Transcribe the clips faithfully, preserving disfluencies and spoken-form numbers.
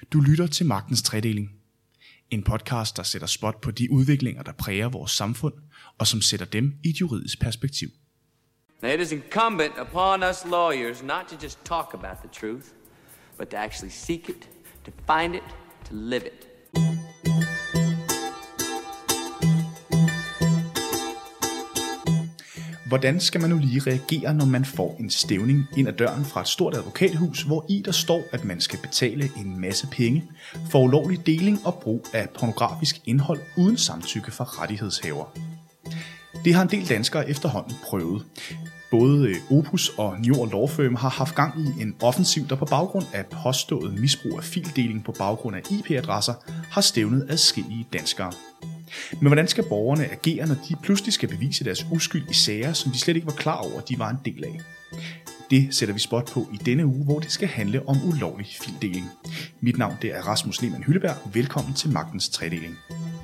Du lytter til Magtens Tredeling. En podcast, der sætter spot på de udviklinger, der præger vores samfund, og som sætter dem i et juridisk perspektiv. Now, it is incumbent upon us lawyers not to just talk about the truth, but to actually seek it, to find it, to live it. Hvordan skal man nu lige reagere, når man får en stævning ind ad døren fra et stort advokathus, hvor i der står, at man skal betale en masse penge for ulovlig deling og brug af pornografisk indhold uden samtykke fra rettighedshaver? Det har en del danskere efterhånden prøvet. Både Opus og Njord Law Firm har haft gang i en offensiv, der på baggrund af påstået misbrug af fildeling på baggrund af I P-adresser har stævnet adskillige danskere. Men hvordan skal borgerne agere, når de pludselig skal bevise deres uskyld i sager, som de slet ikke var klar over, at de var en del af? Det sætter vi spot på i denne uge, hvor det skal handle om ulovlig fildeling. Mit navn det er Rasmus Lehmann Hylleberg. Velkommen til Magtens Tredeling.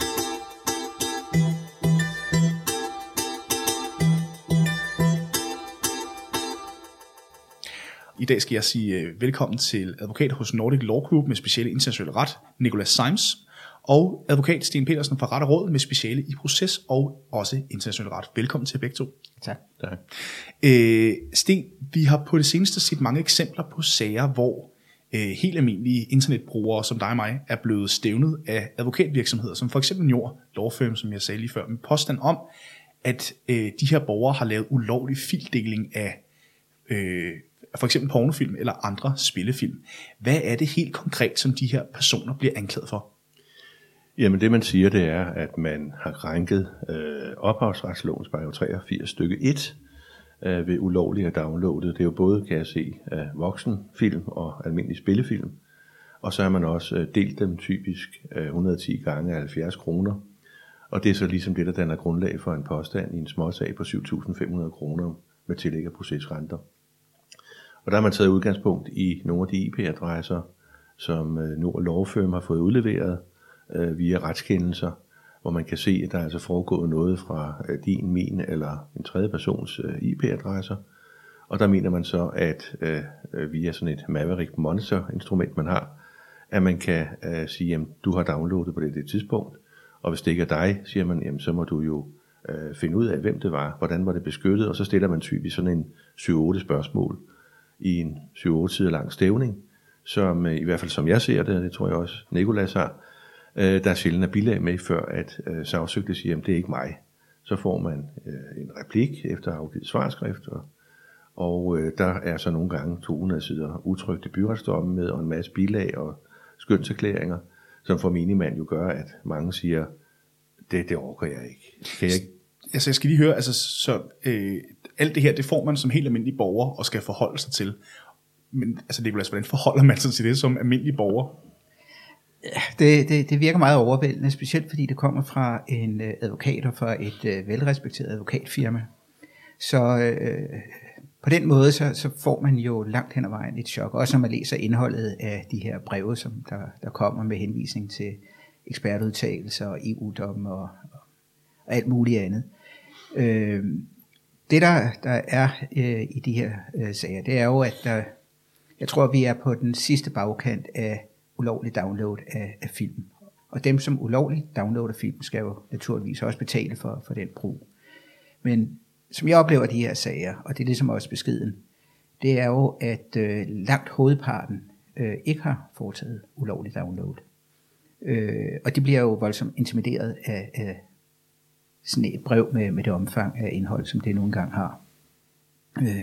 I dag skal jeg sige velkommen til advokat hos Nordic Law Group med speciale i international ret, Nicolas Seims, og advokat Sten Petersen fra Ret og Råd med speciale i proces og også international ret. Velkommen til begge to. Tak. tak. Øh, Sten, vi har på det seneste set mange eksempler på sager, hvor øh, helt almindelige internetbrugere som dig og mig er blevet stævnet af advokatvirksomheder, som for eksempel Njord Law Firm, som jeg sagde lige før, med påstand om, at øh, de her borgere har lavet ulovlig fildeling af øh, for eksempel pornofilm eller andre spillefilm. Hvad er det helt konkret, som de her personer bliver anklaget for? Jamen det man siger, det er, at man har krænket øh, ophavsretslovens paragraf treogfirs stykke et øh, ved ulovligt at downloade. Det er jo både, kan jeg se, øh, voksenfilm og almindelig spillefilm. Og så har man også øh, delt dem typisk øh, et hundrede og ti gange af halvfjerds kroner. Og det er så ligesom det, der danner grundlag for en påstand i en småsag på syv tusind fem hundrede kroner med tillæg af procesrenter. Og der har man taget udgangspunkt i nogle af de I P-adresser, som øh, Njord Law Firm har fået udleveret øh, via retskendelser, hvor man kan se, at der er altså foregået noget fra øh, din, min eller en tredje persons øh, I P-adresser. Og der mener man så, at øh, via sådan et Maverick Monitor-instrument, man har, at man kan øh, sige, at du har downloadet på det, det tidspunkt. Og hvis det ikke er dig, siger man, jamen, så må du jo øh, finde ud af, hvem det var, hvordan var det beskyttet, og så stiller man typisk sådan en syv otte spørgsmål i en syv otte sider lang stævning, som i hvert fald som jeg ser det, det tror jeg også Nicolas har, øh, der er sjældent er bilag med, før at øh, sagsøgte siger, at det er ikke mig. Så får man øh, en replik efter afgivet svarskrift, og, og øh, der er så nogle gange to hundrede sider utrykte byretsdomme med, og en masse bilag og skønserklæringer, som for minimand jo gør, at mange siger, det, det orker jeg ikke. Kan jeg ikke? Altså jeg skal lige høre, altså så øh, alt det her, det får man som helt almindelig borger og skal forholde sig til. Men altså Nicolas, hvordan forholder man sig til det som almindelig borger? Ja, det, det, det virker meget overvældende, specielt fordi det kommer fra en øh, advokat og fra et øh, velrespekteret advokatfirma. Så øh, på den måde, så, så får man jo langt hen ad vejen et chok, også når man læser indholdet af de her breve, som der, der kommer med henvisning til ekspertudtalelser og E U-domme og, og alt muligt andet. Øh, det der, der er øh, i de her øh, sager, det er jo, at der, jeg tror, vi er på den sidste bagkant af ulovlig download af, af film. Og dem, som ulovligt downloader film, skal jo naturligvis også betale for, for den brug. Men som jeg oplever de her sager, og det er ligesom også beskeden, det er jo, at øh, langt hovedparten øh, ikke har foretaget ulovlig download. Øh, og de bliver jo voldsomt intimideret af, af sådan et brev med, med det omfang af indhold, som det nu engang har. Øh,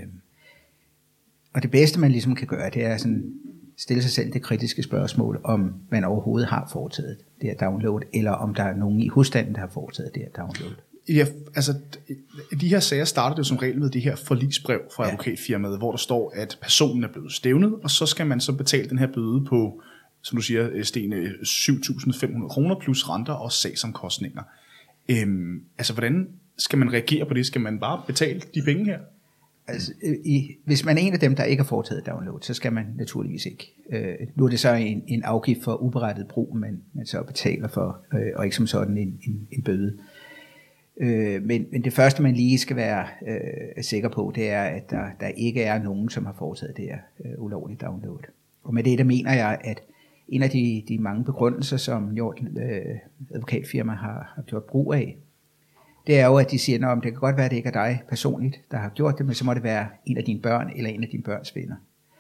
og det bedste, man ligesom kan gøre, det er sådan stille sig selv det kritiske spørgsmål, om man overhovedet har foretaget det her download, eller om der er nogen i husstanden, der har foretaget det her download. Ja, altså de her sager starter jo som regel med det her forligsbrev fra ja. advokatfirmaet, hvor der står, at personen er blevet stævnet, og så skal man så betale den her bøde på, som du siger, Sten, syv tusind fem hundrede kroner plus renter og sagsomkostninger. Øhm, altså hvordan skal man reagere på det? Skal man bare betale de penge her? Altså, i, hvis man er en af dem, der ikke har foretaget download, så skal man naturligvis ikke. Øh, nu er det så en, en afgift for uberettiget brug, man, man så betaler for, øh, og ikke som sådan en, en, en bøde. Øh, men, men det første, man lige skal være øh, sikker på, det er, at der, der ikke er nogen, som har foretaget det her øh, ulovlige download. Og med det, der mener jeg, at en af de, de mange begrundelser, som Njord øh, advokatfirma har, har gjort brug af, det er jo, at de siger, at det kan godt være, at det ikke er dig personligt, der har gjort det, men så må det være en af dine børn eller en af dine børns venner.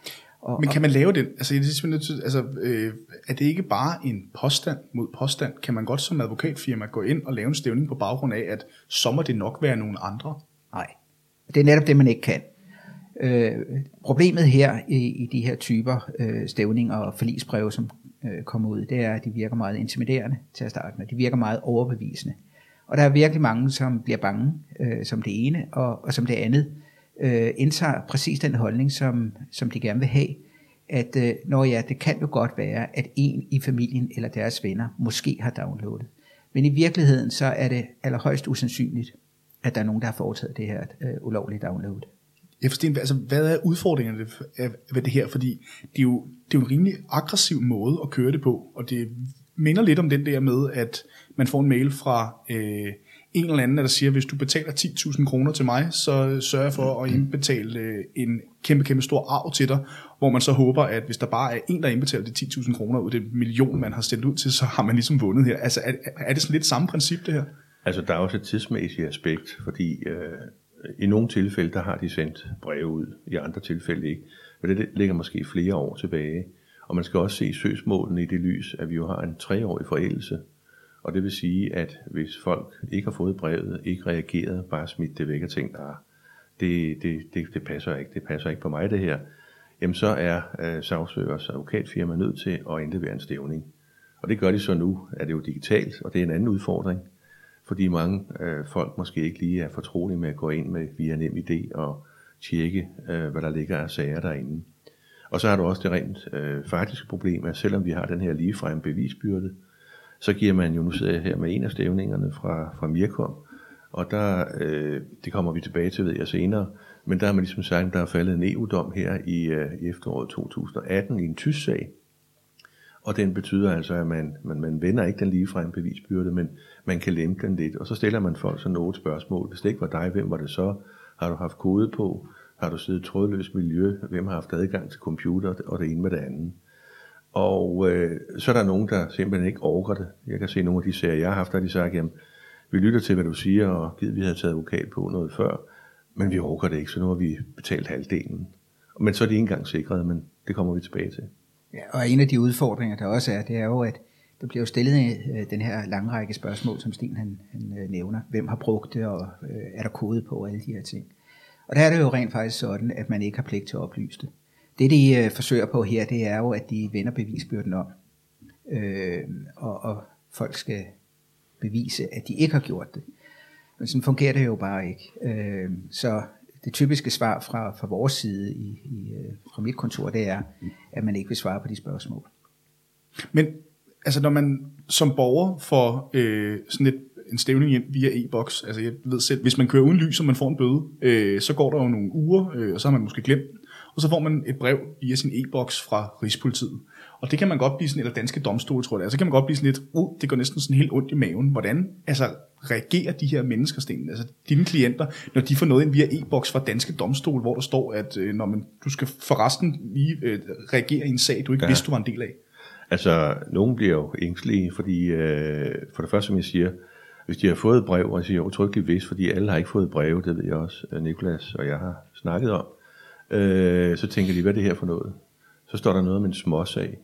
Og, men kan man lave det? Altså, altså øh, er det ikke bare en påstand mod påstand? Kan man godt som advokatfirma gå ind og lave en stævning på baggrund af, at så må det nok være nogle andre? Nej, det er netop det, man ikke kan. Øh, problemet her i, i de her typer øh, stævninger og forligsbreve, som øh, kommer ud, det er, at de virker meget intimiderende til at starte med. De virker meget overbevisende. Og der er virkelig mange, som bliver bange øh, som det ene, og, og som det andet øh, indtager præcis den holdning, som, som de gerne vil have, at øh, når ja, det kan jo godt være, at en i familien eller deres venner måske har downloadet. Men i virkeligheden så er det allerhøjst usandsynligt, at der er nogen, der har foretaget det her øh, ulovlige download. Jeg forstår, altså, hvad er udfordringerne ved det her? Fordi det er, jo, det er jo en rimelig aggressiv måde at køre det på, og det minder lidt om den der med, at man får en mail fra øh, en eller anden, der siger, hvis du betaler ti tusind kroner til mig, så sørger jeg for at indbetale øh, en kæmpe, kæmpe stor arv til dig, hvor man så håber, at hvis der bare er en, der indbetaler de ti tusind kroner ud af det million, man har sendt ud til, så har man ligesom vundet her. Altså, er, er det sådan lidt samme princip, det her? Altså, der er også et tidsmæssigt aspekt, fordi øh, i nogle tilfælde, der har de sendt breve ud, i andre tilfælde ikke. Men det ligger måske flere år tilbage. Og man skal også se søgsmålene i det lys, at vi jo har en treårig forældelse. Og det vil sige, at hvis folk ikke har fået brevet, ikke reageret, bare smidt det væk og tænkt, at det, det, det, det passer ikke, det passer ikke på mig det her, jamen så er øh, sagsøgers advokatfirma nødt til at indlevere en stævning. Og det gør de så nu, at det jo digitalt, og det er en anden udfordring. Fordi mange øh, folk måske ikke lige er fortrolige med at gå ind med via NemID og tjekke, øh, hvad der ligger af sager derinde. Og så har du også det rent øh, faktiske problem, at selvom vi har den her ligefrem bevisbyrde, så giver man jo, nu sidder jeg her med en af stævningerne fra, fra Mirkom, og der, øh, det kommer vi tilbage til, ved jeg senere, men der har man ligesom sagt, at der er faldet en E U-dom her i, øh, i efteråret to tusind og atten i en tysk sag, og den betyder altså, at man, man, man vender ikke den ligefrem bevisbyrde, men man kan lempe den lidt, og så stiller man folk sådan nogle spørgsmål. Hvis det ikke var dig, hvem var det så? Har du haft kode på? Har du siddet i trådløst miljø? Hvem har haft adgang til computer? Og det ene med det andet. Og øh, så er der nogen, der simpelthen ikke orker det. Jeg kan se nogle af de sager, jeg har haft, der de sagt, jamen, vi lytter til, hvad du siger, og givet, vi havde taget advokat på noget før, men vi orker det ikke, så nu har vi betalt halvdelen. Men så er de ikke engang sikret, men det kommer vi tilbage til. Ja, og en af de udfordringer, der også er, det er jo, at der bliver jo stillet øh, den her lange række spørgsmål, som Sten han, han øh, nævner. Hvem har brugt det, og øh, er der kode på, og alle de her ting. Og der er det jo rent faktisk sådan, at man ikke har pligt til at oplyse det. Det de øh, forsøger på her, det er jo, at de vender bevisbyrden om, øh, og, og folk skal bevise, at de ikke har gjort det. Men sådan fungerer det jo bare ikke. Øh, så det typiske svar fra, fra vores side, i, i, fra mit kontor, det er, at man ikke vil svare på de spørgsmål. Men altså, når man som borger får øh, sådan et, en stævning ind via e-boks, altså jeg ved selv, hvis man kører uden lys, og man får en bøde, øh, så går der jo nogle uger, øh, og så har man måske glemt den, og så får man et brev via sin e-boks fra Rigspolitiet. Og det kan man godt blive sådan, eller danske domstole, tror jeg det er, så kan man godt blive sådan lidt, uh, det går næsten sådan helt ondt i maven. Hvordan altså, reagerer de her mennesker, Sten, altså dine klienter, når de får noget ind via e-boks fra danske domstole, hvor der står, at øh, når man, du skal forresten lige øh, reagere i en sag, du ikke ja. vidste, du var en del af? Altså, nogen bliver jo ængstelige, fordi øh, for det første, som jeg siger, hvis de har fået et brev, og jeg siger utryggeligt vist, fordi alle har ikke fået brev, det ved jeg også, Nicolas og jeg har snakket om, øh, så tænker de, hvad er det her for noget? Så står der noget om en småsag.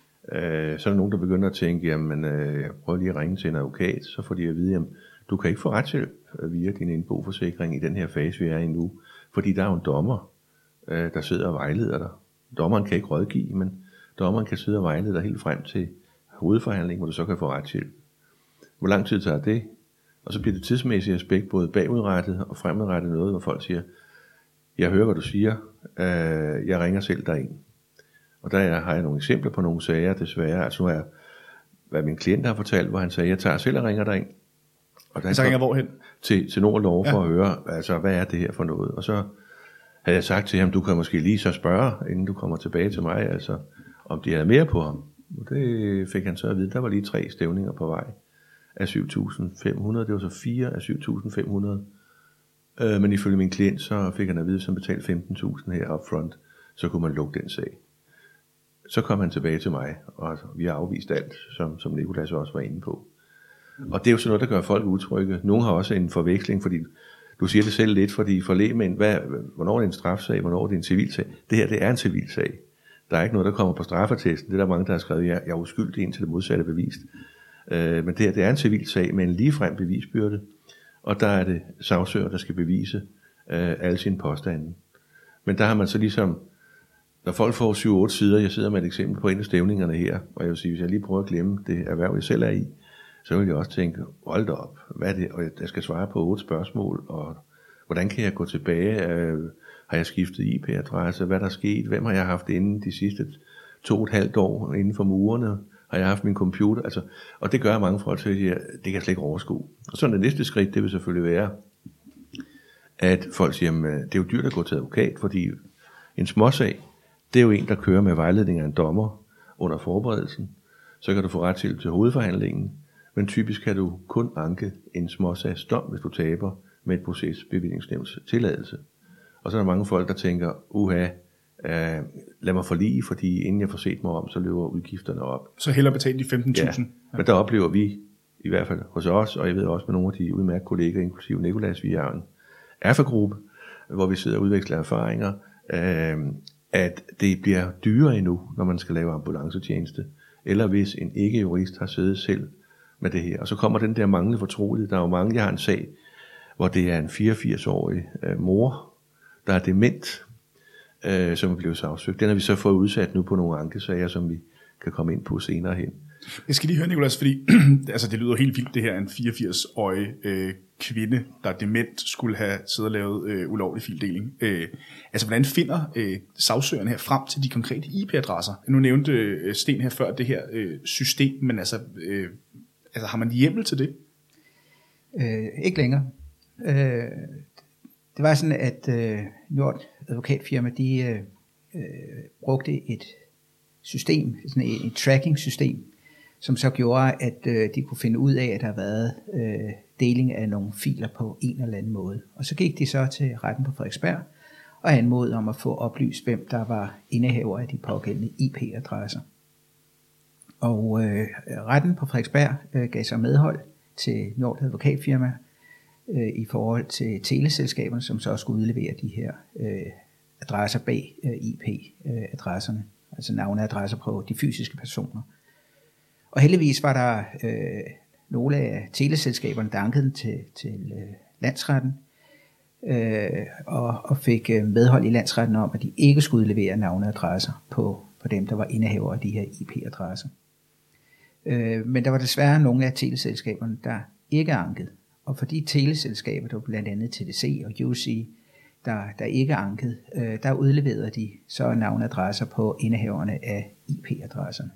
Øh, så er der nogen, der begynder at tænke, jamen, øh, jeg prøver lige at ringe til en advokat, så får de at vide, jamen, du kan ikke få retshjælp via din indboforsikring i den her fase, vi er i nu, fordi der er jo en dommer, øh, der sidder og vejleder dig. Dommeren kan ikke rådgive, men dommeren kan sidde og vejlede dig helt frem til hovedforhandling, hvor du så kan få retshjælp. Hvor lang tid tager det? Og så bliver det tidsmæssige aspekt både bagudrettet og fremadrettet noget, hvor folk siger, jeg hører, hvad du siger, øh, jeg ringer selv derind. Og der har jeg nogle eksempler på nogle sager, desværre. Altså nu er, hvad min klient har fortalt, hvor han sagde, jeg tager selv og ringer derind. Og der så ringer hvorhen? Til, til Nord Lov for ja. at høre, altså hvad er det her for noget? Og så havde jeg sagt til ham, du kan måske lige så spørge, inden du kommer tilbage til mig, altså om de havde mere på ham. Og det fik han så at vide, der var lige tre stævninger på vej af syv tusind fem hundrede, det var så fire af syv tusind fem hundrede. Øh, men ifølge min klient, så fik han at vide, som betalte femten tusind her upfront, så kunne man lukke den sag. så kom han tilbage til mig, og vi har afvist alt, som, som Nicolas også var inde på. Og det er jo sådan noget, der gør folk utrygge. Nogle har også en forveksling, fordi du siger det selv lidt, fordi for lægmænd, hvad, hvornår er det en strafsag, hvornår er det en civilsag? Det her, det er en civilsag. Der er ikke noget, der kommer på straffetesten. Det er der mange, der har skrevet, jeg er uskyldig indtil det modsatte er bevist. Øh, men det her, det er en civilsag med en ligefrem bevisbyrde, og der er det sagsøger, der skal bevise øh, alle sine påstande. Men der har man så ligesom, når folk får syv otte sider, jeg sidder med et eksempel på en af stævningerne her, og jeg vil sige, hvis jeg lige prøver at glemme det erhverv, jeg selv er i, så vil jeg også tænke, hold da op, hvad er det, og jeg skal svare på otte spørgsmål, og hvordan kan jeg gå tilbage, øh, har jeg skiftet I P-adresse, hvad der er sket, hvem har jeg haft inden de sidste to og et halvt år inden for murene, har jeg haft min computer, altså, og det gør mange folk til, at jeg, det kan jeg slet ikke overskue. Og så det næste skridt, det vil selvfølgelig være, at folk siger, at det er jo dyrt at gå til advokat, fordi en småsag, det er jo en, der kører med vejledning af en dommer under forberedelsen, så kan du få ret til til hovedforhandlingen, men typisk kan du kun anke en småsags dom, hvis du taber med et procesbevillingsnævns tilladelse. Og så er der mange folk, der tænker, uha, øh, lad mig forlige, fordi inden jeg får set mig om, så løber udgifterne op. Så hellere betale de femten tusind. Ja, men der oplever vi, i hvert fald hos os, og jeg ved også med nogle af de udmærkede kolleger, inklusive Nicolas, vi er en A F A-gruppe, hvor vi sidder og udveksler erfaringer, øh, at det bliver dyrere endnu, når man skal lave ambulancetjeneste, eller hvis en ikke-jurist har siddet selv med det her. Og så kommer den der manglende fortrolighed. Der er jo mange, jeg har en sag, hvor det er en fireogfirs-årig øh, mor, der er dement, øh, som er blevet sagsøgt. Den har vi så fået udsat nu på nogle ankesager, som vi kan komme ind på senere hen. Jeg skal lige høre, Nicolas, fordi altså, det lyder helt vildt, det her, en fireogfirs-årig øh, kvinde, der er dement, skulle have siddet og lavet øh, ulovlig fildeling. Øh, altså, hvordan finder øh, sagsøgerne her frem til de konkrete I P-adresser? Nu nævnte øh, Sten her før det her øh, system, men altså, øh, altså, har man hjemmel til det? Øh, ikke længere. Øh, det var sådan, at øh, Njord advokatfirma, de øh, øh, brugte et system, sådan et, et tracking-system, som så gjorde, at øh, de kunne finde ud af, at der har været øh, deling af nogle filer på en eller anden måde. Og så gik de så til retten på Frederiksberg og anmodede om at få oplyst, hvem der var indehaver af de pågældende I P-adresser. Og øh, retten på Frederiksberg øh, gav så medhold til Njord advokatfirma øh, i forhold til teleselskaberne, som så skulle udlevere de her øh, adresser bag øh, I P-adresserne, altså navneadresser på de fysiske personer. Og heldigvis var der øh, nogle af teleselskaberne, der ankede til, til øh, landsretten, øh, og, og fik øh, medhold i landsretten om, at de ikke skulle levere navneadresser på, på dem, der var indehaver af de her I P-adresser. Øh, men der var desværre nogle af teleselskaberne, der ikke ankede. Og for de teleselskaber, der var blandt andet T D C og U C, der, der ikke ankede, øh, der udleverede de så navneadresser på indehaverne af I P-adresserne.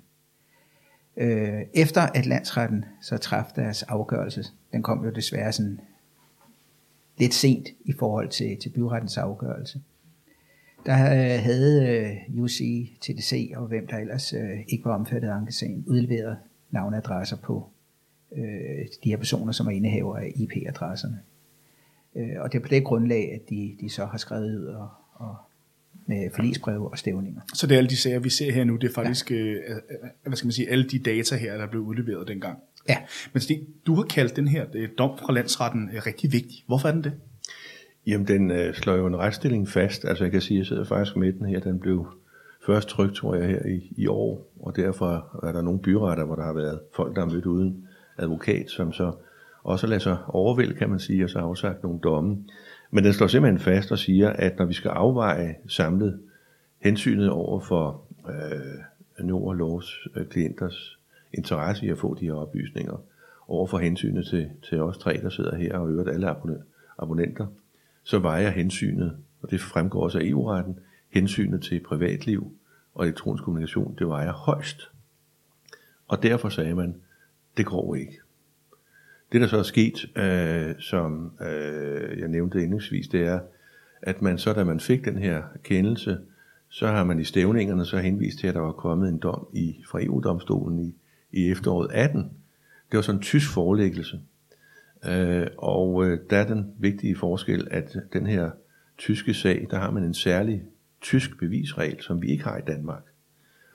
Efter at landsretten så traf deres afgørelse, den kom jo desværre sådan lidt sent i forhold til, til byrettens afgørelse, der havde U C, T D C og hvem der ellers ikke var omfattet af ankesagen, udleveret navneadresser på øh, de her personer, som er indehaver af I P-adresserne. Og det er på det grundlag, at de, de så har skrevet ud og, og med forligsbreve og stævninger. Så det er alle de sager, vi ser her nu, det er faktisk, ja. øh, hvad skal man sige, alle de data her, der blev udleveret dengang. Ja. Men Sten, du har kaldt den her øh, dom fra landsretten øh, rigtig vigtig. Hvorfor er den det? Jamen, den øh, slår jo en retsstilling fast. Altså, jeg kan sige, at jeg sidder faktisk med den her. Den blev først trykt, tror jeg, her i, i år, og derfor er der nogle byretter, hvor der har været folk, der har mødt uden advokat, som så også lader sig overvælde, kan man sige, og så har afsagt nogle domme. Men den slår simpelthen fast og siger, at når vi skal afveje samlet hensynet over for øh, Njord og Lovs øh, klienters interesse i at få de her oplysninger, over for hensynet til, til os tre, der sidder her, og øvrigt alle abonnenter, så vejer hensynet, og det fremgår også af E U-retten, hensynet til privatliv og elektronisk kommunikation, det vejer højst. Og derfor sagde man, det går ikke. Det, der så er sket, øh, som øh, jeg nævnte indledningsvis, det er, at man så, da man fik den her kendelse, så har man i stævningerne så henvist til, at der var kommet en dom i, fra E U-domstolen i, i efteråret atten. Det var sådan en tysk forelæggelse. Øh, og øh, der er den vigtige forskel, at den her tyske sag, der har man en særlig tysk bevisregel, som vi ikke har i Danmark,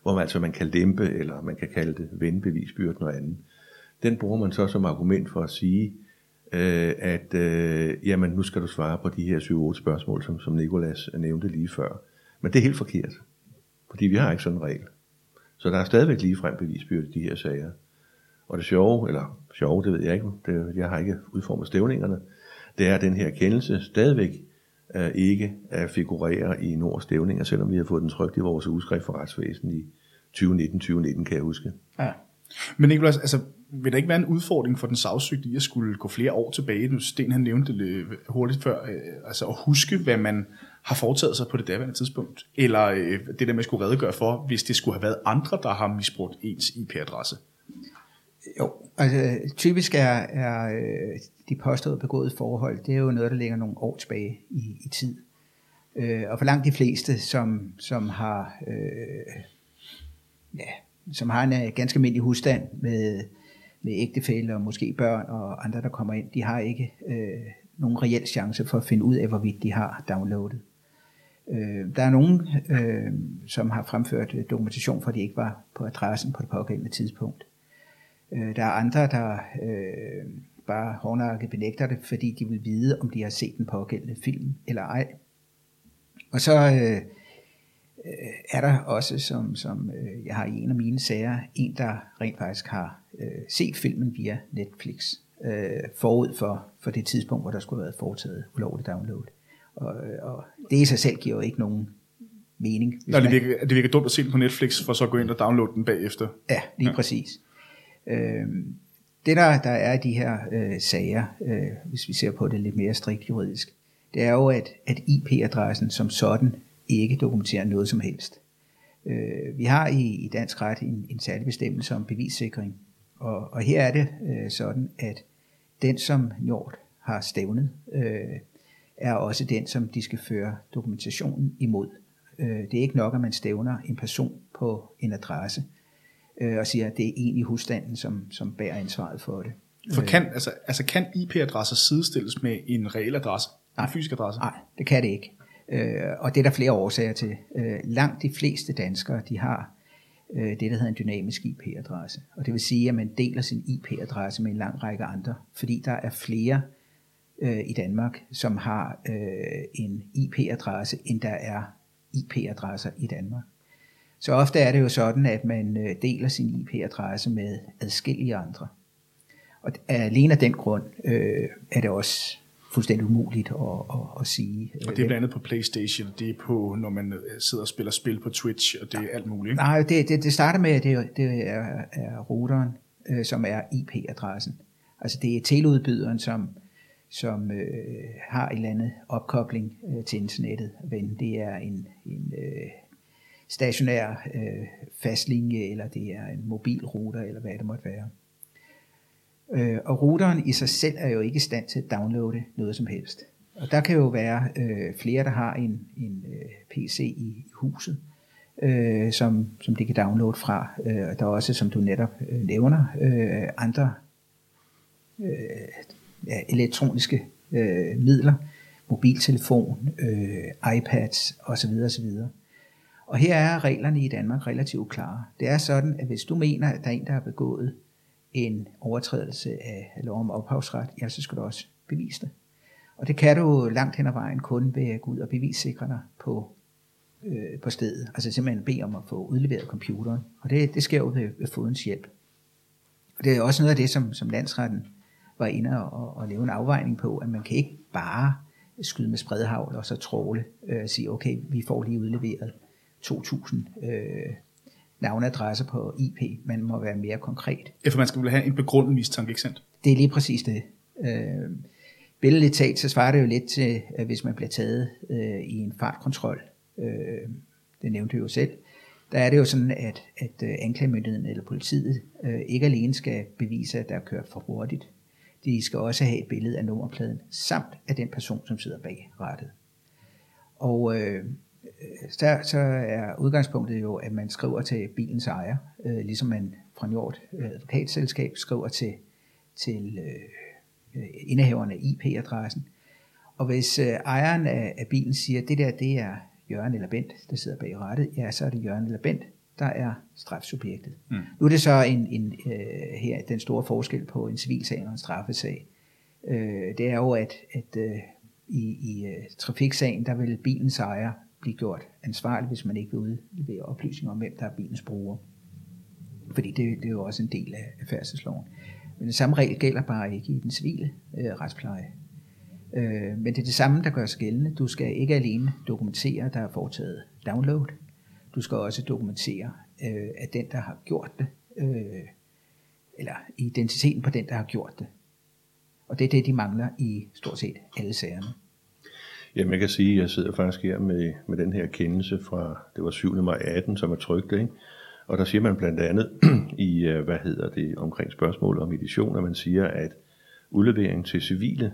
hvor man, altså man kan lempe, eller man kan kalde det vende bevisbyrden og andet. Den bruger man så som argument for at sige, øh, at øh, jamen, nu skal du svare på de her syv otte spørgsmål, som, som Nicolas nævnte lige før. Men det er helt forkert, fordi vi har ikke sådan en regel. Så der er stadigvæk ligefrem bevisbyrde i de her sager. Og det sjove, eller sjove, det ved jeg ikke, det, jeg har ikke udformet stævningerne, det er, at den her kendelse stadigvæk øh, ikke øh, figurerer i Nords stævninger, selvom vi har fået den trykt i vores ugeskrift for retsvæsen i tyve nitten tyve nitten, kan jeg huske. Ja. Men Nicolas, altså, vil der ikke være en udfordring for den sagsøgte i at skulle gå flere år tilbage? Nu Sten han nævnte det hurtigt før, øh, altså at huske, hvad man har foretaget sig på det daværende tidspunkt, eller øh, det der man skulle redegøre for, hvis det skulle have været andre, der har misbrugt ens I P-adresse. Jo, altså typisk er, er øh, de påståede begåede forhold, det er jo noget, der ligger nogle år tilbage i, i tid. Øh, og for langt de fleste, som, som har øh, ja, som har en uh, ganske almindelig husstand med, med ægtefælle og måske børn og andre, der kommer ind, de har ikke øh, nogen reel chance for at finde ud af, hvorvidt de har downloadet. Øh, der er nogen, øh, som har fremført dokumentation for, at de ikke var på adressen på det pågældende tidspunkt. Øh, der er andre, der øh, bare hårdnakket benægter det, fordi de vil vide, om de har set den pågældende film eller ej. Og så øh, er der også, som, som øh, jeg har i en af mine sager, en, der rent faktisk har øh, set filmen via Netflix, øh, forud for, for det tidspunkt, hvor der skulle have været foretaget ulovligt download. Og, og det i sig selv giver jo ikke nogen mening. Nå, det, virker, det virker dumt at se den på Netflix, for så at gå ind og downloade den bagefter. Ja, lige ja. præcis. Øh, det der, der er i de her øh, sager, øh, hvis vi ser på det lidt mere strikt juridisk, det er jo, at, at I P-adressen som sådan ikke dokumenterer noget som helst. Øh, vi har i, i dansk ret en, en særlig bestemmelse om bevissikring, og, og her er det øh, sådan, at den, som Njord har stævnet, øh, er også den, som de skal føre dokumentationen imod. Øh, det er ikke nok, at man stævner en person på en adresse, øh, og siger, at det er en i husstanden, som, som bærer ansvaret for det. For kan, altså, altså kan I P-adresser sidestilles med en reel adresse? Nej, en fysisk adresse? Nej, det kan det ikke. Øh, og det er der flere årsager til. Øh, langt de fleste danskere, de har øh, det, der hedder en dynamisk I P-adresse. Og det vil sige, at man deler sin I P-adresse med en lang række andre, fordi der er flere øh, i Danmark, som har øh, en I P-adresse, end der er I P-adresser i Danmark. Så ofte er det jo sådan, at man øh, deler sin I P-adresse med adskillige andre. Og alene af den grund øh, er det også fuldstændig umuligt at, at, at sige. Og det er blandt andet på PlayStation, det er på, når man sidder og spiller spil på Twitch, og det er alt muligt. Nej, det, det, det starter med, at det, det er, er routeren, øh, som er I P-adressen. Altså det er teleudbyderen, som, som øh, har en eller anden opkobling øh, til internettet. Men det er en, en øh, stationær øh, fastlinje, eller det er en mobilrouter, eller hvad det måtte være. Øh, og routeren i sig selv er jo ikke i stand til at downloade noget som helst. Og der kan jo være øh, flere, der har en, en øh, P C i, i huset, øh, som, som de kan downloade fra. Øh, der er også, som du netop øh, nævner, øh, andre øh, ja, elektroniske øh, midler, mobiltelefon, øh, iPads osv. osv. Og her er reglerne i Danmark relativt klare. Det er sådan, at hvis du mener, at der er en, der har begået en overtrædelse af lov om ophavsret, ja, så skal du også bevise det. Og det kan du langt hen ad vejen kun ved at gå ud og bevissikre dig på, øh, på stedet. Altså simpelthen bede om at få udleveret computeren. Og det, det sker jo ved, ved fodens hjælp. Og det er også noget af det, som, som landsretten var inde og, og lave en afvejning på, at man kan ikke bare skyde med spredhavl og så tråle og øh, sige, okay, vi får lige udleveret to tusind øh, navneadresser på I P. Man må være mere konkret. Ja, for man skal vel have en begrundet mistanke, ikke sandt? Det er lige præcis det. Øh, billedligt talt, så svarer det jo lidt til, at hvis man bliver taget øh, i en fartkontrol, øh, det nævnte jeg jo selv, der er det jo sådan, at, at øh, anklagemyndigheden eller politiet øh, ikke alene skal bevise, at der er kørt for hurtigt. De skal også have et billede af nummerpladen, samt af den person, som sidder bag rattet. Og øh, så, så er udgangspunktet jo, at man skriver til bilens ejer, øh, ligesom man fra Njord advokatselskab skriver til, til øh, indehaveren af I P-adressen. Og hvis øh, ejeren af, af bilen siger, at det der det er Jørgen eller Bent, der sidder bag rattet, ja, så er det Jørgen eller Bent, der er strafsubjektet. Mm. Nu er det så en, en, øh, her den store forskel på en civilsag og en straffesag. Øh, det er jo, at, at øh, i, i uh, trafiksagen, der vil bilens ejer blive gjort ansvarlig, hvis man ikke vil udlevere oplysninger om, hvem der er bilens bruger. Fordi det, det er jo også en del af, af færdselsloven. Men den samme regel gælder bare ikke i den civile øh, retspleje. Øh, men det er det samme, der gør sig gældende. Du skal ikke alene dokumentere, at der er foretaget download. Du skal også dokumentere, øh, at den, der har gjort det, øh, eller identiteten på den, der har gjort det. Og det er det, de mangler i stort set alle sagerne. Ja, man kan sige, at jeg sidder faktisk her med, med den her kendelse fra, det var syvende maj atten, som er trykt, ikke? Og der siger man blandt andet i, hvad hedder det, omkring spørgsmål om edition, at man siger, at udlevering til civile,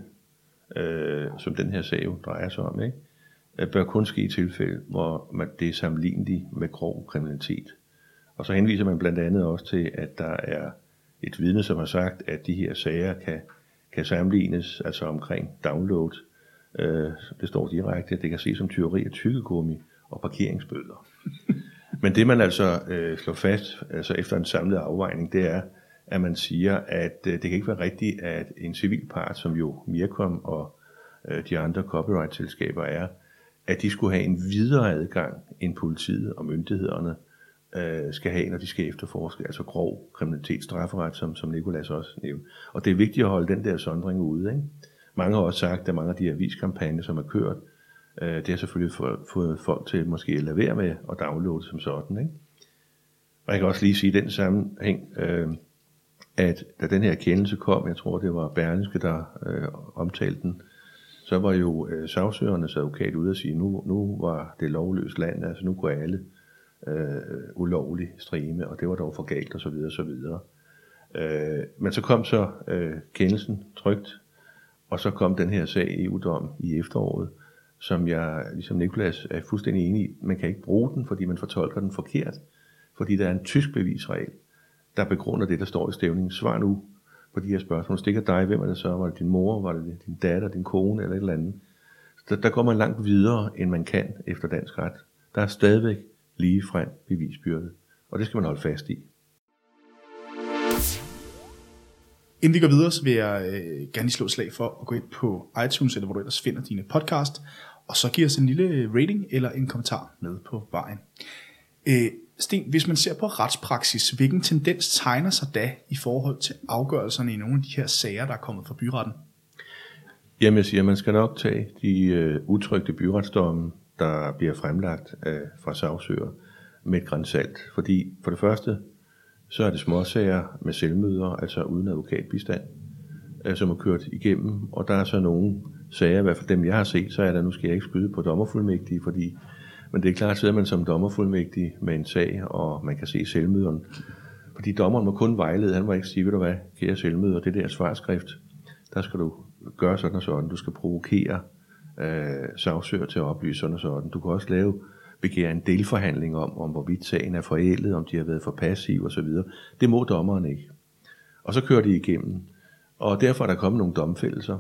øh, som den her sag jo drejer sig om, ikke, bør kun ske i tilfælde, hvor man, det er sammenligneligt med grov kriminalitet. Og så henviser man blandt andet også til, at der er et vidne, som har sagt, at de her sager kan, kan sammenlignes, altså omkring download. Øh, det står direkte, at det kan ses som tyveri af tyggegummi og parkeringsbøder. Men det man altså øh, slår fast, altså efter en samlet afvejning, det er, at man siger, at øh, det kan ikke være rigtigt, at en civilpart, som jo Mirkom og øh, de andre copyright-selskaber er, at de skulle have en videre adgang end politiet og myndighederne øh, skal have, når de skal efterforske, altså grov kriminalitetsstrafferet, som, som Nicolas også nævnte. Og det er vigtigt at holde den der sondring ude, ikke? Mange har også sagt, at mange af de aviskampagner, som er kørt, øh, det har selvfølgelig fået folk til måske at lade være med at downloade som sådan, ikke? Og jeg kan også lige sige i den sammenhæng, øh, at da den her kendelse kom, jeg tror det var Berlingske, der øh, omtalte den, så var jo øh, sagsøgernes advokat ude at sige, nu, nu var det lovløst land, altså nu kunne alle øh, ulovligt streame, og det var dog for galt, og så videre, og så videre. Øh, men så kom så øh, kendelsen trygt, og så kom den her sag i E U-dom i efteråret, som jeg, ligesom Nicolas, er fuldstændig enig i. Man kan ikke bruge den, fordi man fortolker den forkert, fordi der er en tysk bevisregel, der begrunder det, der står i stævningen. Svar nu på de her spørgsmål. Stikker dig, hvem er det så? Var det din mor? Var det din datter, din kone eller et eller andet? Der, der går man langt videre, end man kan efter dansk ret. Der er stadigvæk ligefrem bevisbyrde, og det skal man holde fast i. Inden vi går videre, så vil jeg øh, gerne slå et slag for at gå ind på iTunes, eller hvor du ellers finder dine podcast, og så give os en lille rating eller en kommentar med på vejen. Øh, Sten, hvis man ser på retspraksis, hvilken tendens tegner sig da i forhold til afgørelserne i nogle af de her sager, der er kommet fra byretten? Jamen jeg siger, man skal nok tage de øh, utrygte byretsdomme, der bliver fremlagt øh, fra sagsøger med et gran salt. Fordi for det første, så er det småsager med selvmøder, altså uden advokatbistand, øh, som er kørt igennem. Og der er så nogle sager, i hvert fald dem jeg har set, så er der, nu skal jeg ikke skyde på dommerfuldmægtige, fordi, men det er klart, sidder man som dommerfuldmægtig med en sag, og man kan se selvmøderen. Fordi dommeren må kun vejlede, han må ikke sige, ved du hvad, kære selvmøder, det der svarskrift, der skal du gøre sådan og sådan, du skal provokere øh, sagsøger til at oplyse sådan og sådan. Du kan også lave begære en delforhandling om, om hvorvidt sagen er forældet, om de har været for passive osv. Det må dommeren ikke. Og så kører de igennem. Og derfor er der kommet nogle domfældelser.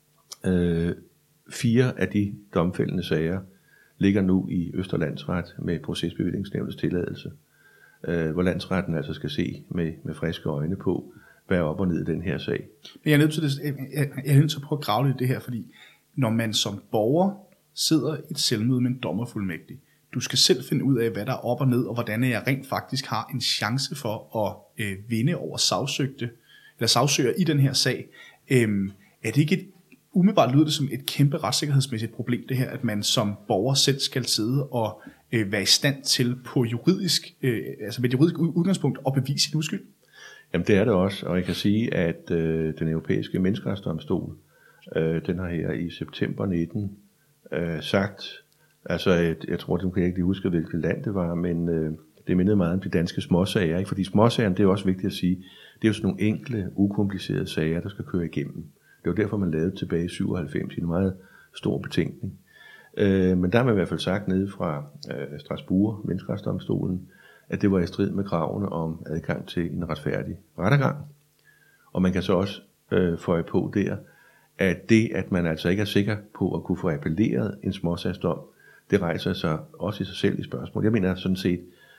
Øh, fire af de domfældende sager ligger nu i Østre Landsret med procesbevillingsnævnets tilladelse, øh, hvor landsretten altså skal se med, med friske øjne på, hvad er op og ned i den her sag. Men jeg er nødt til, det, jeg er nødt til at prøve at grave lidt i det her, fordi når man som borger sidder i et selvmøde med en dommerfuldmægtig, du skal selv finde ud af, hvad der er op og ned, og hvordan jeg rent faktisk har en chance for at øh, vinde over sagsøgte, eller sagsøger i den her sag. Øhm, er det ikke et, umiddelbart lyder det som et kæmpe retssikkerhedsmæssigt problem, det her, at man som borger selv skal sidde og øh, være i stand til på juridisk, øh, altså med et juridisk udgangspunkt at bevise sin uskyld? Jamen det er det også, og jeg kan sige, at øh, den europæiske menneskerettighedsdomstol, øh, den har her i september nitten øh, sagt, altså et, jeg tror, det kan jeg ikke lige huske, hvilket land det var, men øh, det mindede meget om de danske småsager, ikke? Fordi småsagerne, det er også vigtigt at sige, det er jo sådan nogle enkle, ukomplicerede sager, der skal køre igennem. Det var derfor, man lavede tilbage i syvoghalvfems i en meget stor betænkning. Øh, men der har man i hvert fald sagt nede fra øh, Strasbourg, menneskerettighedsdomstolen, at det var i strid med kravene om adgang til en retfærdig rettergang. Og man kan så også øh, føje på der, at det, at man altså ikke er sikker på at kunne få appelleret en småsagsdom, det rejser sig også i sig selv i spørgsmål. Jeg mener sådan set,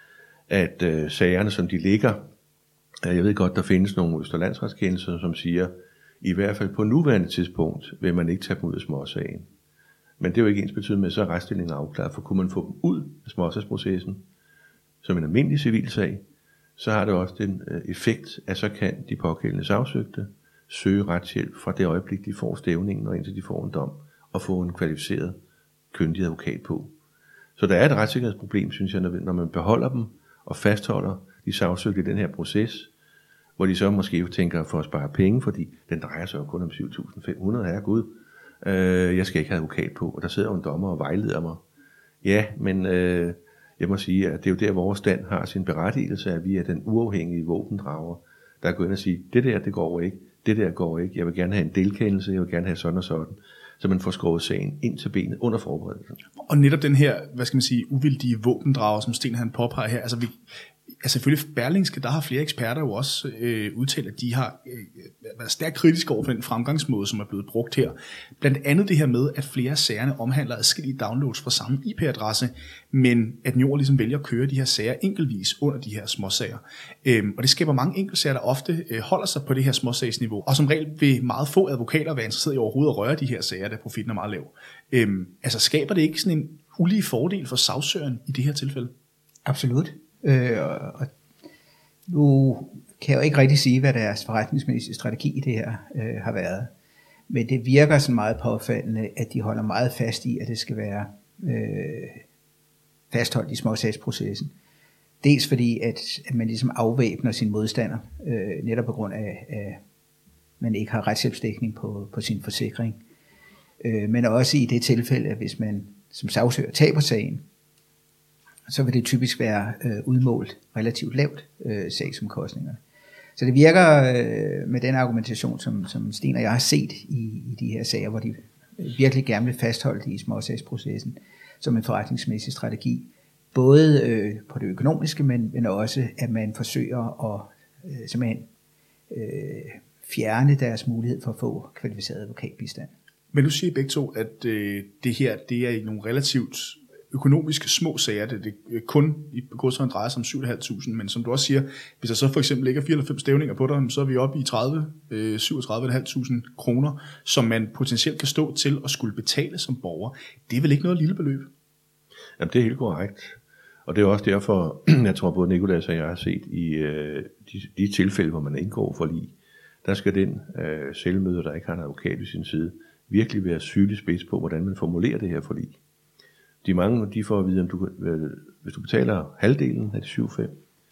at øh, sagerne, som de ligger, øh, jeg ved godt, der findes nogle Østerlandsretskendelser, som siger, i hvert fald på nuværende tidspunkt, vil man ikke tage dem ud af småsagen. Men det er jo ikke ens betydende med, så er retsstillingen afklaret, for kunne man få dem ud af småsagsprocessen, som en almindelig civilsag, så har det også den øh, effekt, at så kan de pågældende sagsøgte søge retshjælp fra det øjeblik, de får stævningen, og indtil de får en dom, og få en kvalificeret, kyndig advokat på. Så der er et retssikkerhedsproblem, synes jeg, når man beholder dem og fastholder de sagsøgte i den her proces, hvor de så måske tænker for at spare penge, fordi den drejer sig jo kun om syv tusind fem hundrede, herregud, øh, jeg skal ikke have advokat på, og der sidder jo en dommer og vejleder mig. Ja, men øh, jeg må sige, at det er jo der, vores stand har sin berettigelse, at vi er den uafhængige våbendrager, der går ind og siger, det der, det går ikke, det der går ikke, jeg vil gerne have en delkendelse, jeg vil gerne have sådan og sådan, så man får skåret sagen ind til benet under forberedelsen. Og netop den her, hvad skal man sige, uvildige våbendrager, som Sten han påpeger her, altså vi, altså selvfølgelig Berlingske, der har flere eksperter jo også øh, udtalt, at de har øh, været stærkt kritiske over for den fremgangsmåde, som er blevet brugt her. Blandt andet det her med, at flere af sagerne omhandler adskillige downloads fra samme I P-adresse, men at Njord ligesom vælger at køre de her sager enkeltvis under de her småsager. Øhm, og det skaber mange enkeltsager, der ofte øh, holder sig på det her småsagsniveau, og som regel vil meget få advokater være interesseret i overhovedet at røre de her sager, da profitten er meget lav. Øhm, altså skaber det ikke sådan en ulige fordel for sagsøgeren i det her tilfælde? Absolut. Øh, og nu kan jeg jo ikke rigtig sige, hvad deres forretningsmæssige strategi i det her øh, har været. Men det virker sådan meget påfaldende, at de holder meget fast i, at det skal være øh, fastholdt i småsagsprocessen. Dels fordi, at, at man ligesom afvæbner sin modstander, øh, netop på grund af, at man ikke har retshjælpsdækning på, på sin forsikring. Øh, men også i det tilfælde, at hvis man som sagsøger taber sagen, så vil det typisk være øh, udmålt relativt lavt øh, sagsomkostningerne. Så det virker øh, med den argumentation, som, som Sten og jeg har set i, i de her sager, hvor de virkelig gerne vil fastholde det i småsagsprocessen, som en forretningsmæssig strategi. Både øh, på det økonomiske, men, men også at man forsøger at øh, simpelthen øh, fjerne deres mulighed for at få kvalificeret advokatbistand. Men nu siger I begge to, at øh, det her det er i nogle relativt økonomiske små sager, det, det kun i godsøjne drejer sig om syv tusind fem hundrede, men som du også siger, hvis der så for eksempel ligger fire eller fem stævninger på dig, så er vi oppe i tredive, syvogtredive tusind fem hundrede kroner, som man potentielt kan stå til at skulle betale som borger. Det er vel ikke noget lille beløb? Jamen det er helt korrekt. Og det er også derfor, jeg tror både Nicolas og jeg har set i øh, de, de tilfælde, hvor man indgår forlig, der skal den øh, selvmøder, der ikke har en advokat ved sin side, virkelig være sygelig spids på, hvordan man formulerer det her forlig. De mange, de får at vide, at du, hvis du betaler halvdelen af de syv fem,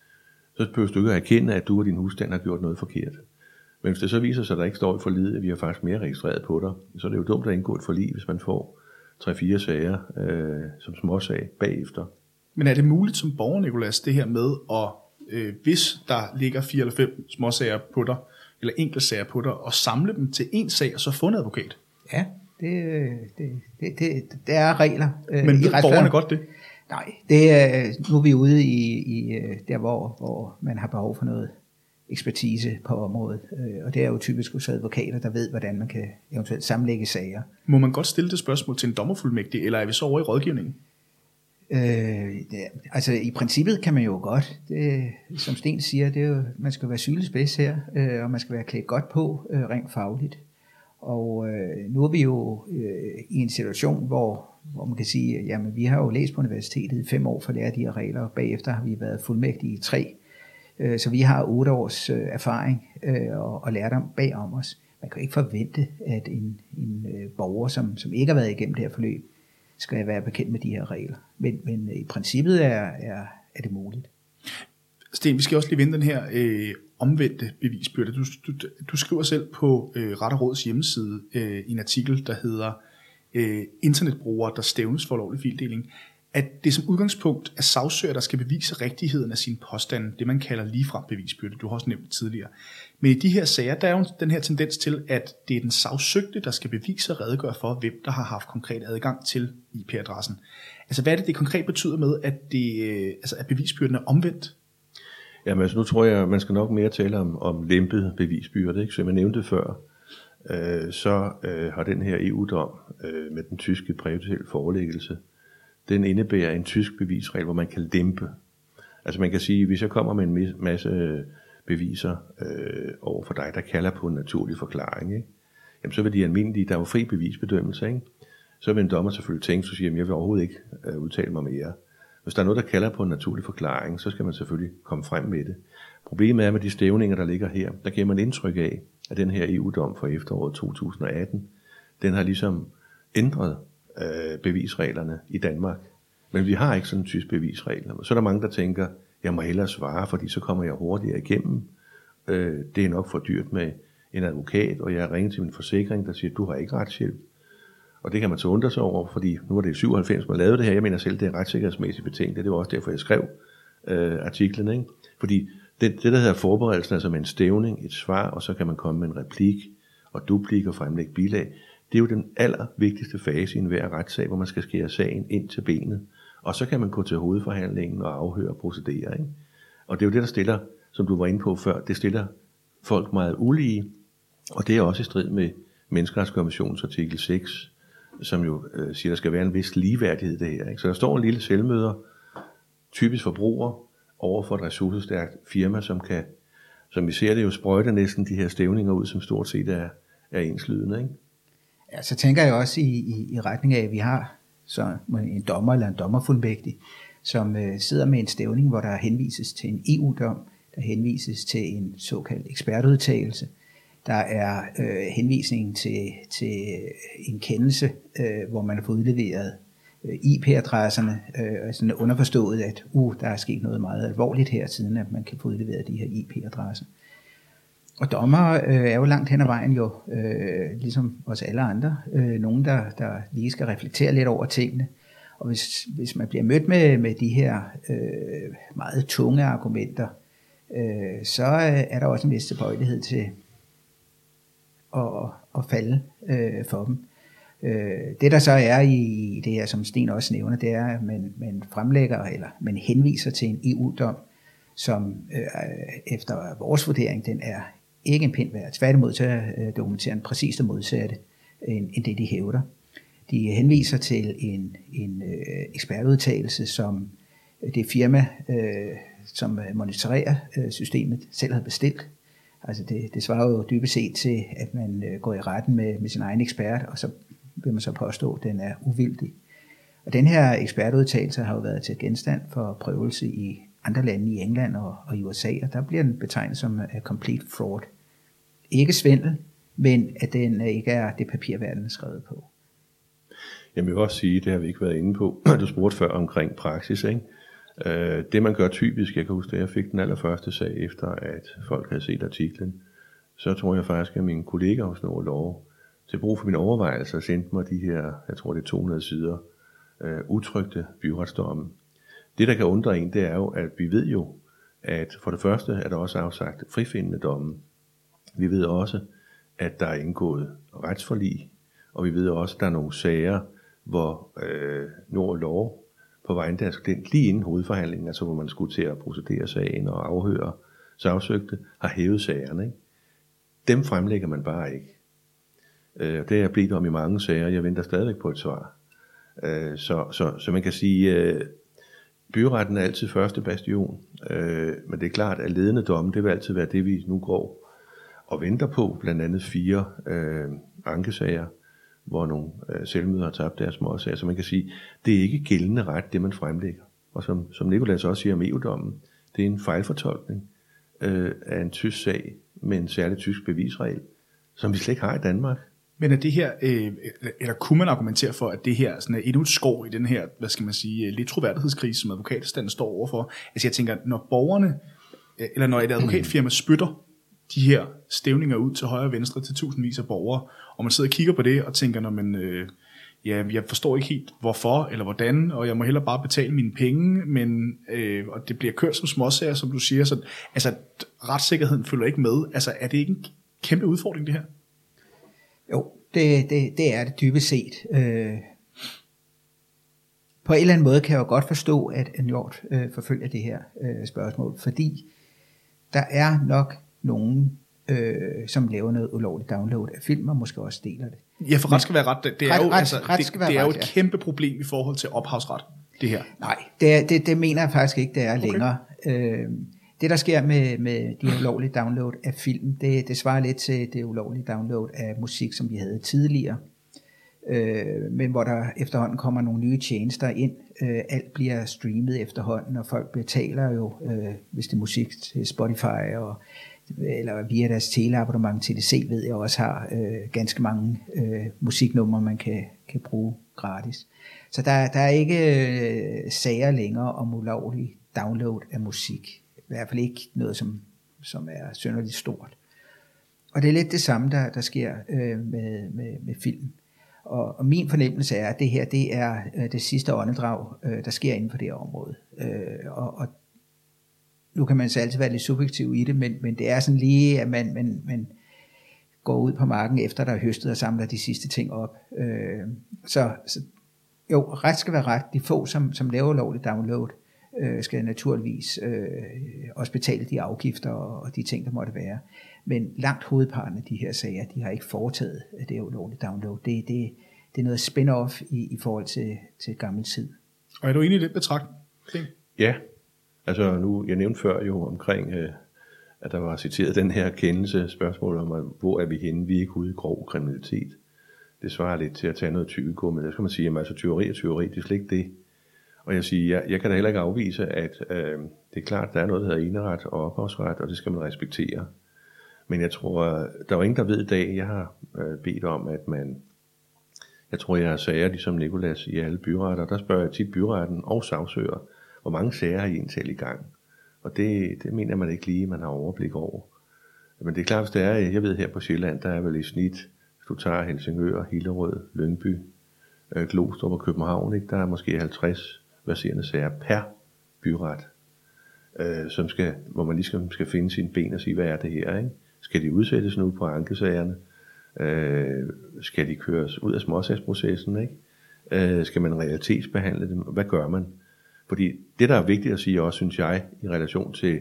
så behøver du ikke at erkende, at du og din husstand har gjort noget forkert. Men hvis det så viser sig, at der ikke står i forliget, at vi har faktisk mere registreret på dig, så er det jo dumt at indgå et forlig, hvis man får tre fire sager øh, som småsag bagefter. Men er det muligt som borger, Nicolas, det her med, at øh, hvis der ligger fire eller fem småsager på dig, eller enkeltsager på dig, og samle dem til en sag, og så få en advokat? Ja. Det, det, det, det, det er regler. Men ved borgerne godt det? Nej, det er, nu er vi ude i, i der, hvor, hvor man har behov for noget ekspertise på området. Og det er jo typisk hos advokater, der ved, hvordan man kan eventuelt sammenlægge sager. Må man godt stille det spørgsmål til en dommerfuldmægtig, eller er vi så over i rådgivningen? Øh, det, altså i princippet kan man jo godt. Det, som Sten siger, det er jo, man skal være sygelig spids her, øh, og man skal være klædt godt på øh, rent fagligt. Og øh, nu er vi jo øh, i en situation, hvor, hvor man kan sige, at jamen, vi har jo læst på universitetet i fem år for at lære de her regler, og bagefter har vi været fuldmægtige i tre. Øh, så vi har otte års øh, erfaring øh, og, og lærdom bag om os. Man kan ikke forvente, at en, en øh, borger, som, som ikke har været igennem det her forløb, skal være bekendt med de her regler. Men, men i princippet er, er, er det muligt. Sten, vi skal også lige vende den her øh, omvendte bevisbyrde. Du, du, du skriver selv på øh, Ret og Råds hjemmeside øh, i en artikel, der hedder øh, internetbrugere, der stævnes for ulovlig fildeling, at det som udgangspunkt er sagsøger, der skal bevise rigtigheden af sin påstand, det man kalder ligefrem bevisbyrde. Du har også nævnt det tidligere. Men i de her sager, der er jo den her tendens til, at det er den sagsøgte, der skal bevise og redegøre for, hvem der har haft konkret adgang til I P-adressen. Altså hvad er det, det konkret betyder med, at, det, altså, at bevisbyrden er omvendt? Jamen altså nu tror jeg, man skal nok mere tale om, om lempet bevisbyrde, ikke? Som jeg nævnte før, øh, så øh, har den her E U-dom øh, med den tyske præjudicielle forelæggelse, den indebærer en tysk bevisregel, hvor man kan lempe. Altså man kan sige, hvis jeg kommer med en masse beviser øh, over for dig, der kalder på en naturlig forklaring, ikke? Jamen så vil de almindelige, der er jo fri bevisbedømmelse, ikke? Så vil en dommer selvfølgelig tænke, så siger jeg, jeg vil overhovedet ikke øh, udtale mig mere. Hvis der er noget, der kalder på en naturlig forklaring, så skal man selvfølgelig komme frem med det. Problemet er med de stævninger, der ligger her, der giver man indtryk af, at den her E U-dom fra efteråret to tusind og atten, den har ligesom ændret øh, bevisreglerne i Danmark. Men vi har ikke sådan en tysk bevisregel. Så er der mange, der tænker, jeg må hellere svare, fordi så kommer jeg hurtigere igennem. Øh, det er nok for dyrt med en advokat, og jeg ringer til min forsikring, der siger, du har ikke retshjælp. Og det kan man så undre sig over, fordi nu var det i syvoghalvfems, man lavede det her. Jeg mener selv, det er retssikkerhedsmæssigt betinget. Det var også derfor, jeg skrev øh, artiklen, ikke? Fordi det, det, der hedder forberedelsen, altså med en stævning, et svar, og så kan man komme med en replik og duplik og fremlægge bilag. Det er jo den allervigtigste fase i enhver retssag, hvor man skal skære sagen ind til benet. Og så kan man gå til hovedforhandlingen og afhøre og procedere, ikke? Og det er jo det, der stiller, som du var inde på før, det stiller folk meget ulige, og det er også i strid med Menneskerettighedskonventionens artikel seks, som jo øh, siger, der skal være en vis ligeværdighed det her, ikke? Så der står en lille selvmøder, typisk forbruger, over for et ressourcestærkt firma, som kan, som vi ser det jo, sprøjte næsten de her stævninger ud, som stort set er, er enslydende, ikke? Ja, så tænker jeg også i, i, i retning af, at vi har så en dommer eller en dommerfuldmægtig, som øh, sidder med en stævning, hvor der henvises til en E U-dom, der henvises til en såkaldt ekspertudtalelse, der er øh, henvisning til, til en kendelse, øh, hvor man har fået udleveret øh, I P-adresserne, øh, sådan underforstået, at uh, der er sket noget meget alvorligt her, siden at man kan få udleveret de her I P-adresser. Og dommer øh, er jo langt hen ad vejen jo, øh, ligesom os alle andre, øh, nogen, der, der lige skal reflektere lidt over tingene. Og hvis, hvis man bliver mødt med, med de her øh, meget tunge argumenter, øh, så er der også en vis tilbøjelighed til at, at falde øh, for dem. Øh, det der så er i, i det her, som Sten også nævner, det er, at man, man fremlægger, eller man henviser til en E U-dom, som øh, efter vores vurdering, den er ikke en pind værd. Tværtimod til at øh, dokumentere en præcis det modsatte, end, end det de hævder. De henviser til en, en øh, ekspertudtalelse, som det firma, øh, som monitorerer øh, systemet, selv havde bestilt. Altså det, det svarer jo dybest set til, at man øh, går i retten med, med sin egen ekspert, og så vil man så påstå, at den er uvildig. Og den her ekspertudtalelse har jo været til genstand for prøvelse i andre lande, i England og, og i U S A, og der bliver den betegnet som uh, complete fraud. Ikke svindel, men at den uh, ikke er det papir, verden er skrevet på. Jeg vil også sige, det har vi ikke været inde på. Du spurgte før omkring praksis, ikke? Uh, det man gør typisk, jeg kan huske, da jeg fik den allerførste sag efter, at folk havde set artiklen, så tror jeg faktisk, at mine kollegaer hos Norge Lov, til brug for mine overvejelser, sendte mig de her, jeg tror det er to hundrede sider, uh, utrykte byretsdomme. Det, der kan undre en, det er jo, at vi ved jo, at for det første er der også afsagt frifindende domme. Vi ved også, at der er indgået retsforlig, og vi ved også, at der er nogle sager, hvor øh, Norge Lov på vejen deres klient lige inden hovedforhandlingen, altså hvor man skulle til at procedere sagen og afhøre sagsøgte, har hævet sagerne, ikke? Dem fremlægger man bare ikke. Øh, det er jeg blevet om i mange sager, jeg venter stadigvæk på et svar. Øh, så, så, så man kan sige... Øh, Byretten er altid første bastion, øh, men det er klart, at ledende domme, det vil altid være det, vi nu går og venter på, blandt andet fire øh, ankesager, hvor nogle øh, selvmøder har tabt deres småsager. Så man kan sige, det er ikke gældende ret, det man fremlægger. Og som, som Nicolas også siger om E U-dommen, det er en fejlfortolkning øh, af en tysk sag med en særlig tysk bevisregel, som vi slet ikke har i Danmark. Men er det her, øh, eller kunne man argumentere for, at det her sådan er endnu et skår i den her, hvad skal man sige, lidt troværdighedskrise, som advokatstanden står overfor? Altså jeg tænker, når borgerne, eller når et advokatfirma spytter de her stævninger ud til højre og venstre til tusindvis af borgere, og man sidder og kigger på det og tænker, når man, øh, ja, jeg forstår ikke helt hvorfor eller hvordan, og jeg må hellere bare betale mine penge, men øh, og det bliver kørt som småsager, som du siger, så altså retssikkerheden følger ikke med. Altså er det ikke en kæmpe udfordring det her? Jo, det, det, det er det dybest set. Øh, på en eller anden måde kan jeg jo godt forstå, at Njord øh, forfølger det her øh, spørgsmål, fordi der er nok nogen, øh, som laver noget ulovligt download af film, og måske også deler det. Ja, for ret skal være ret. Det, det er, ret, jo, ret, altså, ret det, det er ret, jo et ja. kæmpe problem i forhold til ophavsret, det her. Nej, det, det, det mener jeg faktisk ikke, det er okay. længere. Øh, det, der sker med, med de ulovlige download af film, det, det svarer lidt til det ulovlige download af musik, som vi havde tidligere. Øh, men hvor der efterhånden kommer nogle nye tjenester ind. Øh, alt bliver streamet efterhånden, og folk betaler jo, øh, hvis det er musik, til Spotify, og, eller via deres teleabonnement. T D C ved jeg også har øh, ganske mange øh, musiknumre, man kan, kan bruge gratis. Så der, der er ikke øh, sager længere om ulovlig download af musik. I hvert fald ikke noget, som, som er synderligt stort. Og det er lidt det samme, der, der sker øh, med, med, med film. Og, og min fornemmelse er, at det her, det er øh, det sidste åndedrag, øh, der sker inden for det her område. Øh, og, og nu kan man så altid være lidt subjektiv i det, men, men det er sådan lige, at man, man, man går ud på marken, efter der er høstet og samler de sidste ting op. Øh, så, så jo, ret skal være ret. De få, som, som laver lovligt download, øh, skal naturligvis øh, også betale de afgifter og, og de ting, der måtte være. Men langt hovedparten af de her sager, de har ikke foretaget det her ulovlige download. Det, det, det er noget spin-off i, i forhold til, til gammel tid. Og er du enig i det betragtning? Ja, altså nu, jeg nævnte før jo omkring, øh, at der var citeret den her kendelse, spørgsmål om, hvor er vi henne, vi er ikke ude i grov kriminalitet. Det svarer lidt til at tage noget tyvegummi. Der skal man sige, at altså, tyveri og tyveri, det er slet ikke det. Og jeg siger, jeg, jeg kan da heller ikke afvise, at øh, det er klart, at der er noget, der hedder eneret og ophavsret, og det skal man respektere. Men jeg tror, der er ingen, der ved i dag, jeg har øh, bedt om, at man, jeg tror, jeg har sager, ligesom Nicolas, i alle byretter. Der spørger jeg tit byretten og sagsøger, hvor mange sager har I egentlig i gang? Og det, det mener man ikke lige, man har overblik over. Men det er klart, hvis det er, jeg ved her på Sjælland, der er vel i snit, hvis du tager Helsingør, Hillerød, Lyngby, øh, Glostrup og København, ikke? Der er måske halvtreds verserende sager per byret, øh, som skal, hvor man lige skal, skal finde sine ben og sige, hvad er det her, ikke? Skal de udsættes nu på ankesagerne? Øh, skal de køres ud af småsagsprocessen? Ikke? Øh, skal man realitetsbehandle dem? Hvad gør man? Fordi det, der er vigtigt at sige også, synes jeg, i relation til,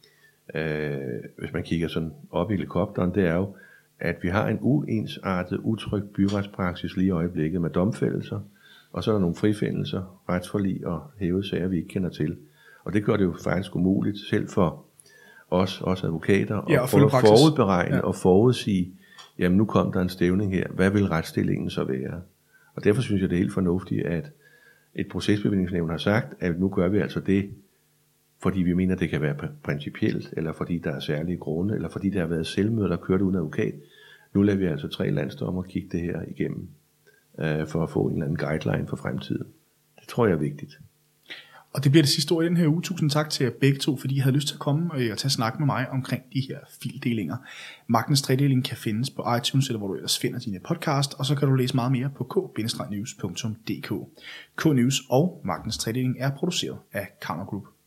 øh, hvis man kigger sådan op i helikopteren, det er jo, at vi har en uensartet, utryg byretspraksis lige i øjeblikket med domfældelser, og så er der nogle frifændelser, retsforlig og hævede sager, vi ikke kender til. Og det gør det jo faktisk umuligt, selv for os, også advokater, og, ja, og prøve at forudberegne ja. og forudsige, jamen nu kom der en stævning her, hvad vil retsstillingen så være? Og derfor synes jeg, det er helt fornuftigt, at et procesbevillingsnævn har sagt, at nu gør vi altså det, fordi vi mener, det kan være principielt, eller fordi der er særlige grunde, eller fordi der har været selvmøde, der kørt uden advokat. Nu lader vi altså tre landsdommer kigge det her igennem, øh, for at få en eller anden guideline for fremtiden. Det tror jeg er vigtigt. Og det bliver det sidste ord i den her uge. Tusind tak til jer begge to, fordi I havde lyst til at komme og tage snak med mig omkring de her fildelinger. Magtens Tredeling kan findes på iTunes, eller hvor du ellers finder dine podcast, og så kan du læse meget mere på k bindestreg news punktum d k. K-News og Magtens Tredeling er produceret af Karner Group.